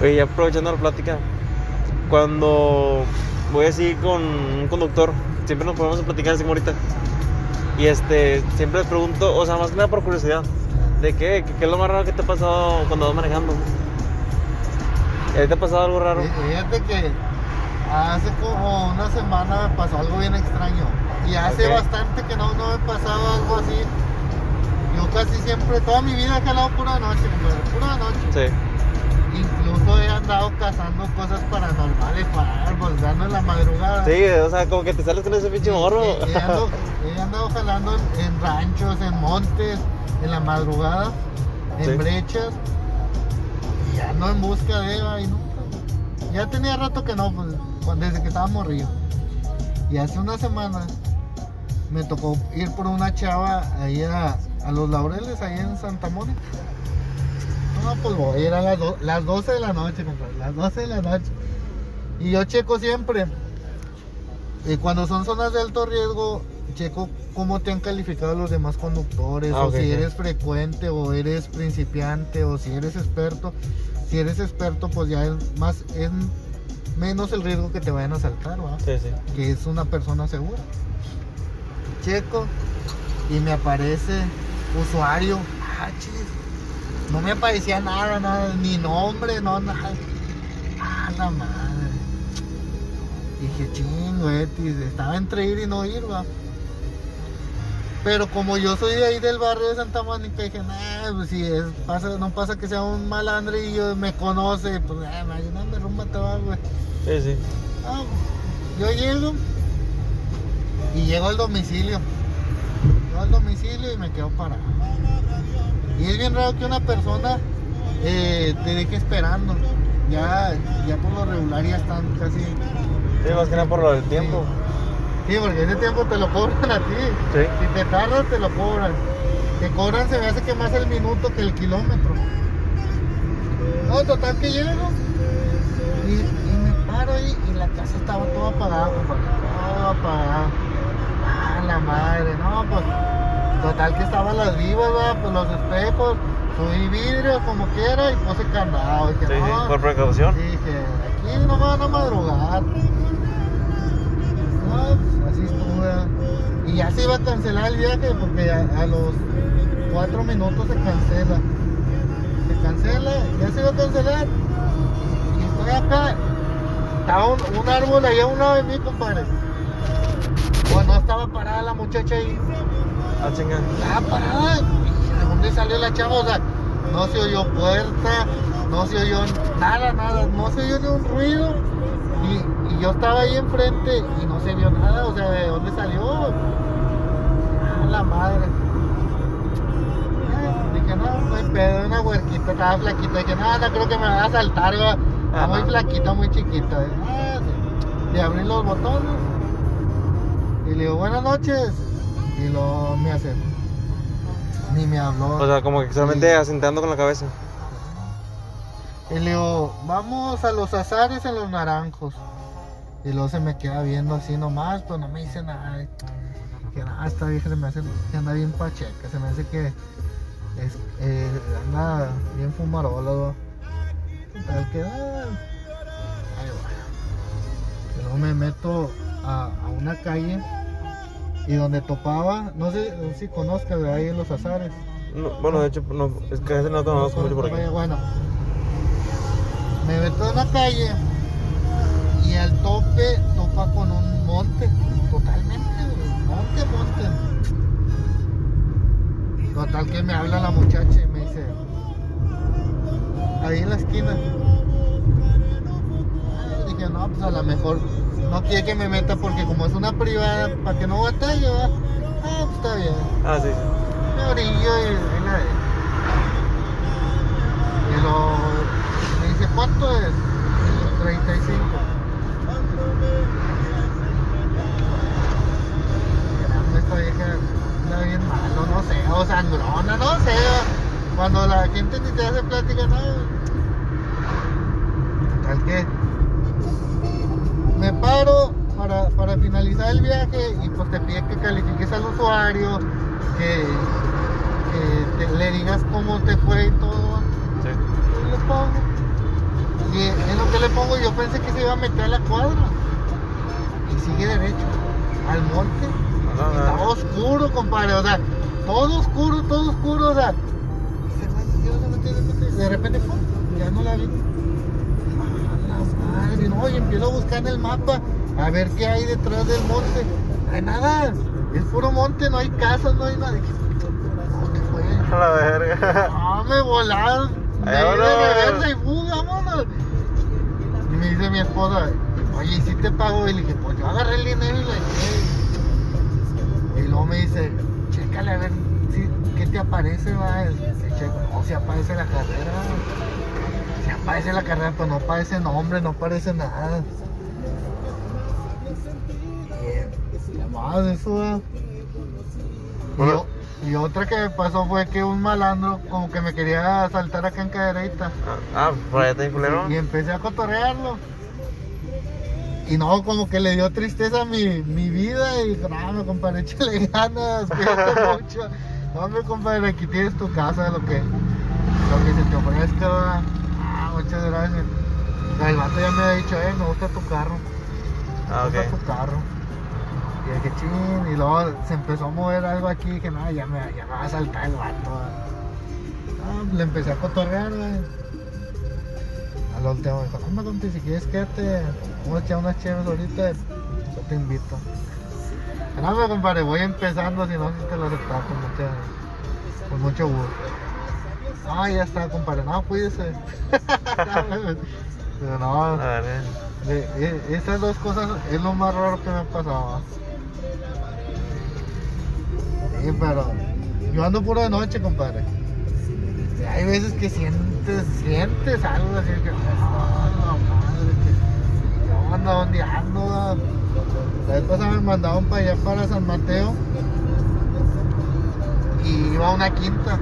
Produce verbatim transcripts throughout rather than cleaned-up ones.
Oye, aprovechando la plática, cuando voy así con un conductor, siempre nos ponemos a platicar así como ahorita. Y este, siempre les pregunto, o sea, más que nada por curiosidad, ¿de qué? ¿Qué, qué es lo más raro que te ha pasado cuando vas manejando? ¿Te ha pasado algo raro? Fíjate que hace como una semana me pasó algo bien extraño. Y hace Ok. bastante que no, no me pasaba algo así. Yo casi siempre, toda mi vida he jalado pura noche, compadre, pura noche. Sí. Incluso he andado cazando cosas paranormales para árboles, dando en la madrugada. Sí, o sea, como que te sales con ese pinche morro. He, he ando- he andado jalando en, en ranchos, en montes, en la madrugada, en Sí. brechas. Y ando en busca de Eva y nunca. Ya tenía rato que no, pues, cuando- desde que estaba morrido. Y hace una semana me tocó ir por una chava ahí a, a Los Laureles, ahí en Santa Mónica. No, pues voy, eran las, do- las doce de la noche, compadre, las doce de la noche. Y yo checo siempre, y cuando son zonas de alto riesgo, checo cómo te han calificado los demás conductores, Ah, o ok, si sí. eres frecuente, o eres principiante, o si eres experto. Si eres experto, pues ya es más, es menos el riesgo que te vayan a asaltar, ¿verdad? Sí, sí. Que es una persona segura. Checo y me aparece usuario. Ah, chis. No me aparecía nada, nada, ni nombre, no, nada. Ah, la madre. Dije, chingo, Etis, estaba entre ir y no ir, va. Pero como yo soy de ahí del barrio de Santa Mónica, dije, nah, pues si es, pasa, no pasa que sea un malandrillo, me conoce, pues, eh, imagínate, rúmbate, va, güey. Sí, sí. Ah, yo llego y llego al domicilio. Llego al domicilio y me quedo parado. Y es bien raro que una persona eh, te deje esperando. Ya, ya por lo regular ya están casi. Sí, más que nada por lo del tiempo. Sí, porque ese tiempo te lo cobran a ti. Sí. Si te tardas, te lo cobran. Te cobran, se me hace que más el minuto que el kilómetro. No, total que llego. Y, y me paro ahí y la casa estaba toda apagada, compadre. Toda apagada. Ah, la madre, no, pues. Total que estaban las vivas, ¿verdad? Pues los espejos, subí vidrio como quiera y puse candado. Dije, Sí, sí, no, por precaución. dije, aquí no me van a madrugar. No, pues así estuvo, ¿verdad? Y ya se iba a cancelar el viaje porque a, a los cuatro minutos se cancela. Se cancela, ya se iba a cancelar. Y estoy acá. Estaba un, un árbol ahí a un lado de mí, compadre. Pues no estaba parada la muchacha ahí. Ah, chinga. Estaba parada. ¿De dónde salió la chava? O sea, no se oyó puerta, no se oyó nada, nada, no se oyó ni un ruido. Y, y yo estaba ahí enfrente y no se vio nada, o sea, ¿de dónde salió? Ah, la madre. Eh, dije, no, no hay pedo, una huerquita, estaba flaquita. Dije, no, no creo que me vaya a saltar, va. Está muy Ajá. flaquita, muy chiquita. Ah, sí. Le abrí los botones y le digo, buenas noches. Y luego me hace, ni me habló. O sea, como que solamente Sí. asentando con la cabeza. Y le digo, vamos a los azares en los naranjos. Y luego se me queda viendo así nomás, pues no me dice nada. Que nada, esta vieja se me hace que anda bien pacheca, se me hace que es, eh, anda bien fumarola, ¿no? Tal que, ah, ahí va. Y luego me meto a, a una calle y donde topaba, no sé si conozcas de ahí en los azares. No, bueno, de hecho, no, es que a veces no conozco mucho por aquí. Bueno, me meto en la calle y al tope topa con un monte, totalmente, monte, monte. Total que me habla la muchacha y me dice, ahí en la esquina. Ah, dije, no, pues a lo mejor no quiere que me meta porque como es una privada, para que no batalle, ¿va? Ah, pues está bien. Ah, sí, sí. Me orillo y ahí la dejo. Y lo, me dice, ¿cuánto es? treinta y cinco. Caramba, esta vieja anda bien malo, no sé, o sangrona, no sé. Cuando la gente ni te hace plática, no. Tal que me paro para, para finalizar el viaje y pues te pide que califiques al usuario, que, que te- le digas cómo te fue y todo. Sí. Y le pongo. Y en lo que le pongo, yo pensé que se iba a meter a la cuadra. Y sigue derecho, al monte. No, no, Estaba no. oscuro, compadre, o sea, todo oscuro, todo oscuro, o sea. Y se mete, yo se metió, se metió, de repente, pum, ya no la vi. A la madre, no, y empiezo a buscar en el mapa, a ver qué hay detrás del monte. No hay nada, es puro monte, no hay casas, no hay nada. Dije, no, ¿qué fue? A la verga. No, me volaron, me Ay, iba de vámonos. reversa y ¡bum! Vámonos. Y me dice mi esposa, oye, ¿y si te pago? Y le dije, pues yo agarré el dinero y la eché. Y luego me dice, chécale a ver si, qué te aparece, va. Y checo, no, si aparece la carrera. Si aparece la carrera, pero no aparece nombre, no aparece nada. Y además de eso, va. Y, Bueno. o- y otra que me pasó fue que un malandro como que me quería asaltar acá en Cadereyta. Ah, por allá está bien culero. Y empecé a cotorrearlo. Y no, como que le dio tristeza mi, mi vida. Y dijo, no, me compadre, échale ganas, cuídate mucho. No, me compadre, aquí tienes tu casa, lo que, lo que se te ofrezca. ¿Va? Ah, muchas gracias. Pero el vato ya me había dicho, eh, me gusta tu carro. Ah, Me gusta ok. tu carro. Y dije, ching, y luego se empezó a mover algo aquí. Y dije, no, ya me, ya me va a saltar el vato. ¿Va? Ah, le empecé a cotorrear, güey. Al último me dijo, no, me conté, si quieres quédate, vamos a echar unas chéveres ahorita, yo te invito. No, me compadre, voy empezando, si no, si te lo aceptaba con, mucha, con mucho gusto. Ah, ya está, compadre, no, cuídese. Pero no, A ver, eh. de- de- esas dos cosas es lo más raro que me ha pasado. Sí, pero yo ando puro de noche, compadre. Y hay veces que sientes, sientes algo así que, oh, la madre, que, ¿qué onda? ¿Dónde ando? La vez pasada me mandaron para allá, para San Mateo, y iba a una quinta.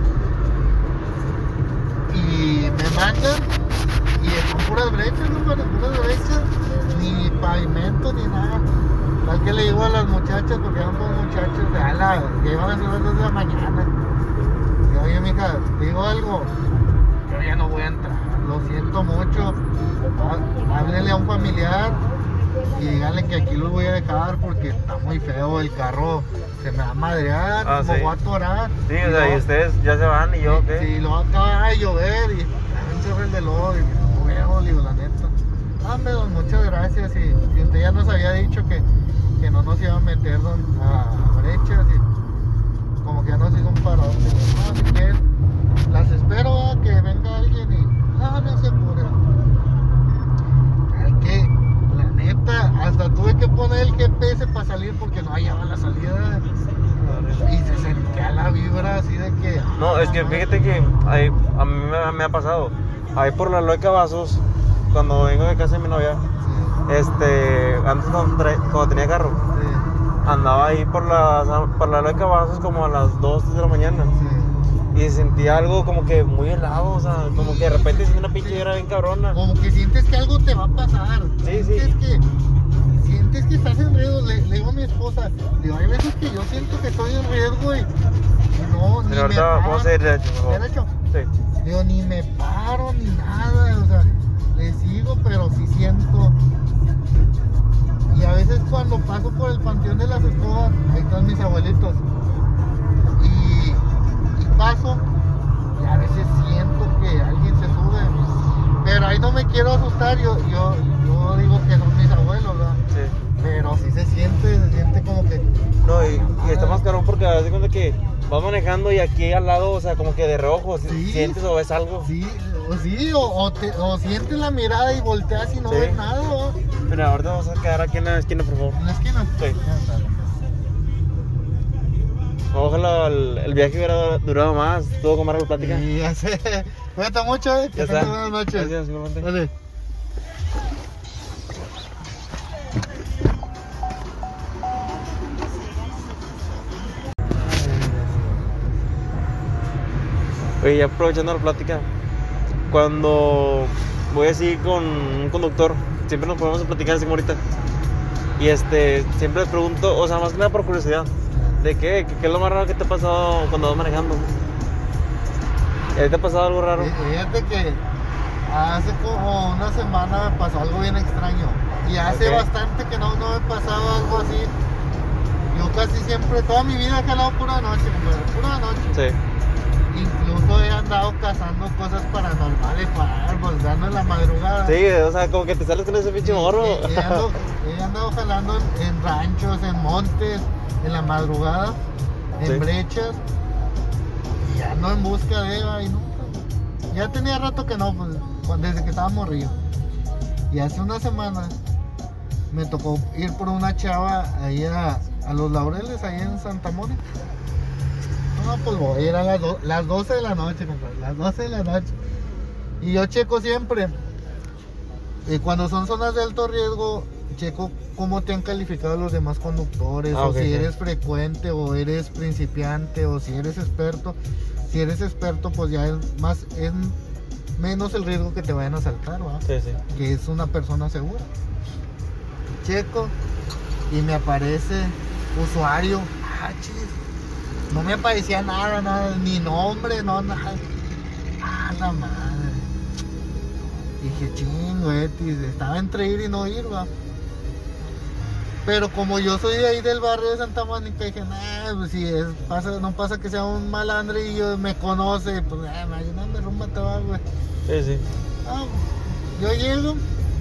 Y me mandan, y son puras brechas, compadre, puras brechas, ni pavimento, ni nada. Tal que le digo a las muchachas, porque eran dos muchachas de ala, que iban a ser las dos de la mañana. Y oye, mija, te digo algo, yo ya no voy a entrar, lo siento mucho. Há- Háblenle a un familiar y díganle que aquí los voy a dejar porque está muy feo el carro, se me va a madrear, Ah, me sí. voy a atorar. Sí, Y o sea, y luego- ustedes ya se van y yo, Sí, ¿qué? sí, luego acaba de llover y también cerré el de lodo y no veo, digo, la neta. Ah, hombre, don, muchas gracias. Y si usted ya nos había dicho que, que no nos iba a meter don, a brechas y como que ya nos hizo un parón. No, si quieres, las espero a que venga alguien y no, no se apure. Hay que, la neta, hasta tuve que poner el G P S para salir porque no hallaba la salida. Y se sentía la vibra así de que. No, es que fíjate que ahí, a mí me, me ha pasado. Ahí por la Loica Vasos, cuando vengo de casa de mi novia, Sí, este, antes cuando, tra- cuando tenía carro, sí, andaba ahí por la, por la Loica Vasos como a las dos de la mañana. sí. Y sentía algo como que muy helado, o sea, como que de repente siento una pinche vibra bien cabrona. Como que sientes que algo te va a pasar. Sí, sientes sí. que sientes que estás en riesgo. Le, le digo a mi esposa, digo, hay veces que yo siento que estoy en riesgo y y no, ni Pero me ahorita paro. vamos a ir derecho, por favor. ¿Derecho? Sí. Digo, ni me paro ni nada, o sea, le sigo, pero sí siento. Y a veces cuando paso por el Panteón de las Escobas, ahí están mis abuelitos. Y, y paso, y a veces siento que alguien se sube. Pero ahí no me quiero asustar, yo, yo, yo digo que son mis abuelos, ¿verdad? Sí. Pero sí se siente, se siente como que. No, y, y está más caro porque haz de cuenta que vas manejando y aquí al lado, o sea, como que de reojo, si- Sí. sientes o ves algo. Sí, o sí, o, o, te- o sientes la mirada y volteas y no Sí. ves nada, ¿no? Pero ahorita vamos a quedar aquí en la esquina, por favor. En la esquina. Sí. Ya está. Ojalá el, el viaje hubiera durado más, tuvo que más la plática. Y ya sé. Cuídate mucho, eh. Que Ya tengas está. buenas noches. Gracias, igualmente. Dale. Oye, ya aprovechando la plática, cuando voy así con un conductor, siempre nos ponemos a platicar así como ahorita. Y este, siempre les pregunto, o sea, más que nada por curiosidad, ¿de qué? ¿Qué, qué es lo más raro que te ha pasado cuando vas manejando? ¿Y a ti te ha pasado algo raro? Fí- Fíjate que Hace como una semana me pasó algo bien extraño. Y hace Ok. bastante que no, no me pasaba algo así. Yo casi siempre, toda mi vida he jalado pura noche, compadre, pura noche. Sí. Incluso he andado cazando cosas paranormales para árboles, dando en la madrugada. Sí, o sea, como que te sales con ese pinche morro. He, he ando- he andado jalando en, en ranchos, en montes, en la madrugada, en Sí. brechas. Y ando en busca de Eva y nunca. Ya tenía rato que no, pues, cuando- desde que estaba morrido. Y hace una semana me tocó ir por una chava ahí a, a Los Laureles, ahí en Santa Mónica. No, pues voy, eran las, do- las doce de la noche, compadre, las doce de la noche. Y yo checo siempre, eh, cuando son zonas de alto riesgo, checo cómo te han calificado los demás conductores, Ah, o ok, si ok. eres frecuente, o eres principiante, o si eres experto. Si eres experto, pues ya es más, es menos el riesgo que te vayan a asaltar, ¿va? Sí, sí. Que es una persona segura. Checo y me aparece usuario. Ah, chis. No me aparecía nada, nada, ni nombre, no, nada. Ah, la madre. Dije, chingo, Etis, estaba entre ir y no ir, va. Pero como yo soy de ahí del barrio de Santa Mónica, dije, nah, pues si es, pasa, no pasa que sea un malandre y yo me conoce, pues, eh, no me rumba tabaco, güey. Sí, sí. Ah, yo llego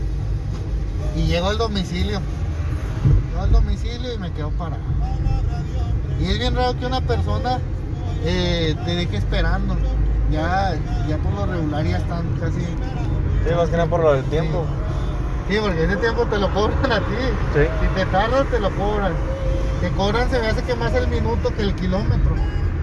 y llego al domicilio. Llego al domicilio y me quedo parado. Y es bien raro que una persona eh, te deje esperando. Ya, ya por lo regular ya están casi. Sí, más que nada por lo del tiempo. Sí, porque ese tiempo te lo cobran a ti. Sí. Si te tardas, te lo cobran. Te cobran, se me hace que más el minuto que el kilómetro.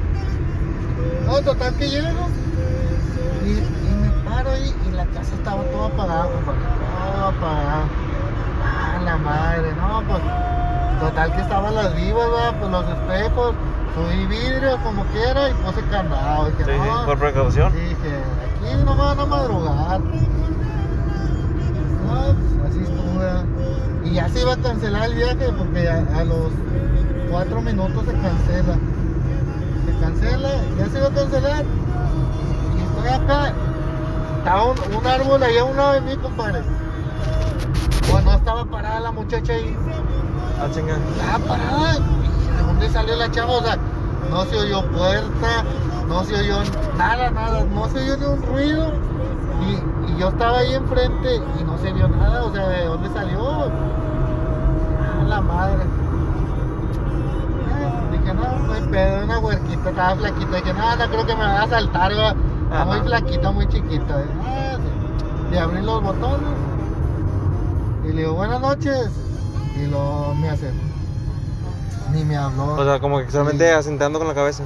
No, total que llego y, y me paro ahí y la casa estaba toda apagada, compadre. Todo apagado. Ah, la madre, no, pues. Total que estaban las vivas, ¿verdad? Pues los espejos, subí vidrio como quiera y puse candado. Dije, Sí, sí, no, por precaución. dije, aquí no me van a madrugar. No, pues así estuvo, ¿verdad? Y ya se iba a cancelar el viaje porque a, a los cuatro minutos se cancela. Se cancela, ya se iba a cancelar. Y estoy acá. Estaba un, un árbol ahí a un lado de mí, compadre. Bueno, estaba parada la muchacha ahí. Ah, chinga. Estaba parada. ¿De dónde salió la chava? O sea, no se oyó puerta, no se oyó nada, nada, no se oyó ni un ruido. Y, y yo estaba ahí enfrente y no se vio nada, o sea, ¿de dónde salió? Ah, la madre. Eh, dije, no, no hay pedo, una huerquita, estaba flaquita. Dije, no, no creo que me va a saltar, va. Está muy Ajá. flaquita, muy chiquita. Ah, sí. Le abrí los botones y le digo, buenas noches. Y luego me hace, ni me habló. O sea, como que solamente Sí. asentando con la cabeza.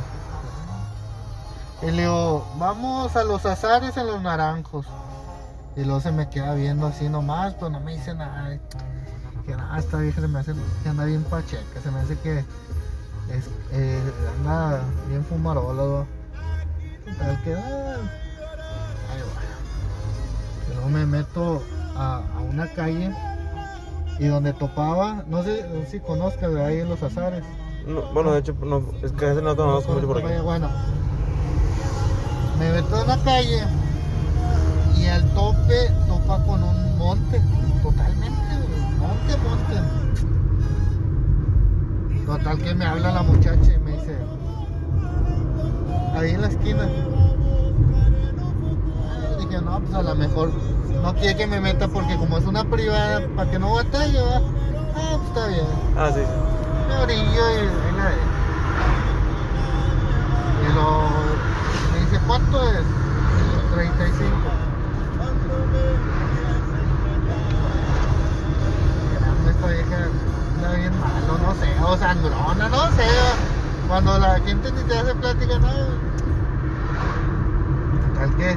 Y le digo, vamos a los azares en los naranjos. Y luego se me queda viendo así nomás, pues no me dice nada. Que nada, esta vieja se me hace que anda bien pacheca, se me hace que es, eh, anda bien fumarola, ¿no? Tal que, ah, ahí va. Y luego me meto a, a una calle y donde topaba, no sé, no sé si conozcas, de ahí en los azares. No, bueno, de hecho, no, es que ese no conozco mucho por aquí. Bueno, me meto en la calle y al tope topa con un monte, totalmente, monte, monte. Total que me habla la muchacha y me dice, ahí en la esquina. Ah, dije, no, pues a lo mejor no quiere que me meta porque como es una privada, para que no batalle, ¿va? Ah, pues está bien. Ah, sí, sí. Me orillo y ahí la dejo. Y lo, me dice, ¿cuánto es? treinta y cinco. Caramba, esta vieja anda bien malo, no sé, o sangrona, no sé. Cuando la gente ni te hace plática, no. Tal que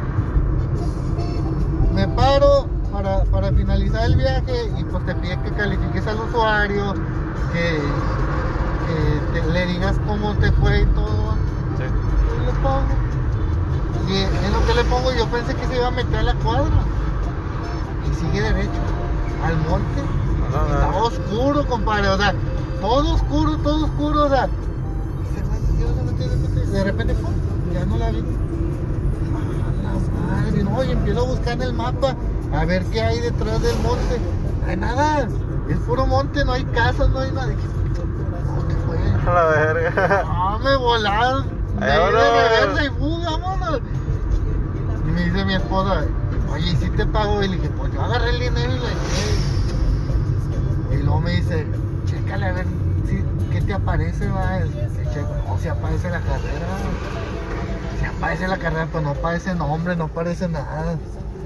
me paro para, para finalizar el viaje y pues te pide que califiques al usuario, que, que te- le digas cómo te fue y todo. Sí. Y le pongo. Y en lo que le pongo yo pensé que se iba a meter a la cuadra. Y sigue derecho, al monte. No, no, Estaba no. oscuro, compadre, o sea, todo oscuro, todo oscuro, o sea. Se metió, se metió, se metió. De repente, ¡pum! Ya no la vi. A la madre, no, y empiezo a buscar en el mapa a ver qué hay detrás del monte. No hay nada, es puro monte, no hay casas, no hay nada. Dije, ¿cómo que fue? A la verga. Ah, me volaron. Me Ay, iba de vámonos. reversa y fuga, vámonos. Y me dice mi esposa, oye, ¿y si te pago? Y le dije, pues yo agarré el dinero y le eché. Y luego me dice, chécale a ver si, qué te aparece, va. Y checo, no, si aparece la carrera. Si aparece la carrera, pues no aparece nombre, no aparece nada.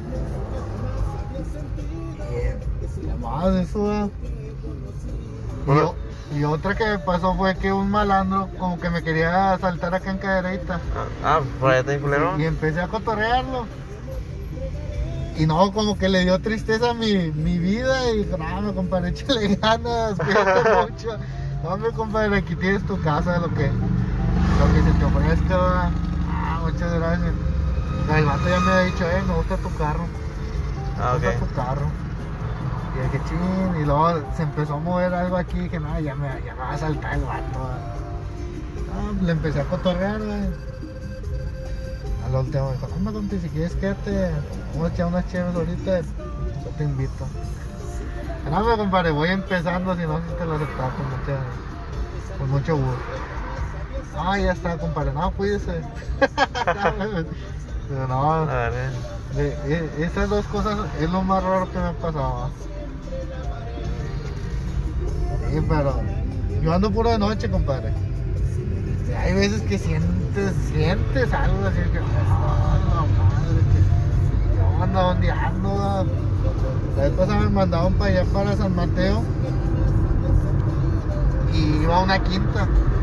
Y más eso, va. Bueno. Y, y otra que me pasó fue que un malandro como que me quería asaltar acá en Cadereyta. Ah, por allá está el culero. Y empecé a cotorrearlo. Y no, como que le dio tristeza a mi, mi vida. Y dijo, no, me compadre, échale ganas, cuídate mucho. No, me compadre, aquí tienes tu casa, lo que, lo que se te ofrezca. ¿Verdad? Ah, muchas gracias. El vato ya me había dicho, eh, me gusta tu carro. Ah, Me ok. gusta tu carro. Y dije, ching, y luego se empezó a mover algo aquí. Y dije, no, ya me, ya me va a saltar el vato. Ah, le empecé a cotorrear, güey. Al último me dijo, no, compi, si quieres quédate, vamos a echar unas chéveres ahorita, yo te invito. No, me compadre, voy empezando, si no, si te lo aceptaba con, mucha, con mucho gusto. Ah, ya está, compadre, no, cuídese. Pero no, A ver, eh. de- de- esas dos cosas es lo más raro que me ha pasado. Sí, pero yo ando puro de noche, compadre. Y hay veces que sientes, sientes algo así que, ah, la madre, que yo ando donde ando. La vez pasada me mandaron para allá, para San Mateo, y iba a una quinta.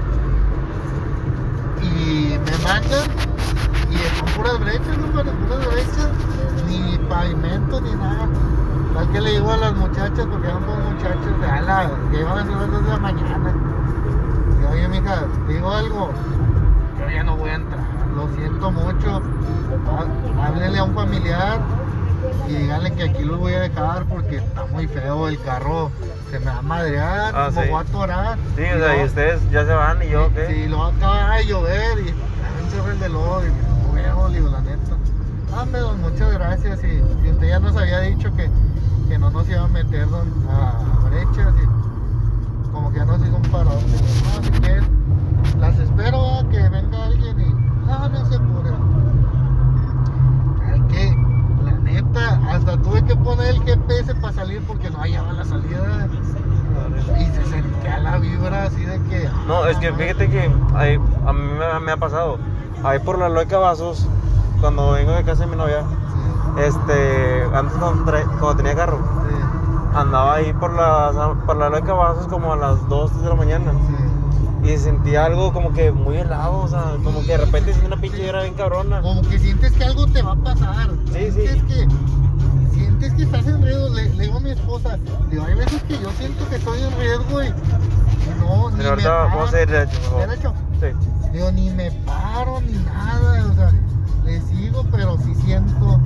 Y me mandan, y están puras brechas, compadre, puras brechas, ni pavimento ni nada. Tal que le digo a las muchachas, porque eran dos muchachos de ala, que iban a ser las dos de la mañana. Y oye, mija, te digo algo, yo ya no voy a entrar, lo siento mucho. Há- Háblenle a un familiar y díganle que aquí los voy a dejar porque está muy feo el carro, se me va a madrear, Ah, como sí. voy a atorar. Sí, Y o sea, y luego- ustedes ya se van y yo, ¿qué? Sí, luego acaba de llover y un chorro de lodo y no veo, digo, la neta. Dame, don, muchas gracias. Y si usted ya nos había dicho que, que no nos iba a meter don, a brechas y como que ya nos hizo un parón. Digo, no, si quieren, las espero a que venga alguien y no, no se apure. Ay, que, la neta, hasta tuve que poner el G P S para salir porque no hallaba la salida. Y se sentía la vibra así de que. No, es que fíjate que ahí, a mí me, me ha pasado. Ahí por la Loe Cavazos, cuando vengo de casa de mi novia, Sí, este, antes cuando, tra- cuando tenía carro, sí, andaba ahí por la, por la Loe Cavazos como a las dos, tres de la mañana. sí. Y sentía algo como que muy helado, o sea, como que de repente siento una pinche vibra bien cabrona. Como que sientes que algo te va a pasar. Sí, sientes sí. que sientes que estás en riesgo. Le, le digo a mi esposa, digo, hay veces que yo siento que estoy en riesgo y no, ni Pero me ahorita paro. vamos a ir derecho, por favor. ¿Derecho? Sí. Digo, ni me paro ni nada, o sea, le sigo, pero sí siento.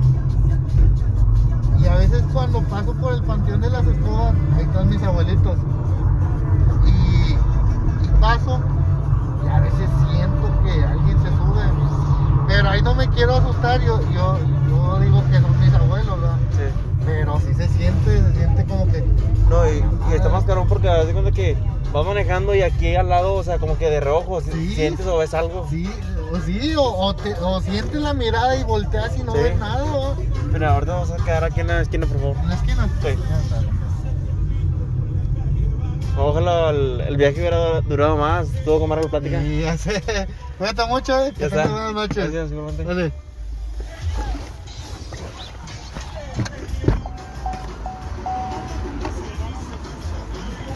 Y a veces cuando paso por el Panteón de las Escobas, ahí están mis abuelitos. Y, y paso, y a veces siento que alguien se sube. Pero ahí no me quiero asustar, yo, yo, yo digo que son mis abuelos, ¿verdad? Sí. Pero sí se siente, se siente como que. No, y, y está más caro porque haz de cuenta que vas manejando y aquí al lado, o sea, como que de reojo, si- Sí. sientes o ves algo. Sí, o sí, o, o, te- o sientes la mirada y volteas y no Sí. ves nada, ¿verdad? Mira, ahorita vamos a quedar aquí en la esquina, por favor. En la esquina. Sí. Ya está. Ojalá el, el viaje hubiera durado más, tuvo que más la plática. Y ya sé. Cuídate mucho, eh. Que Ya está. tengas buenas noches. Gracias, igualmente. Dale.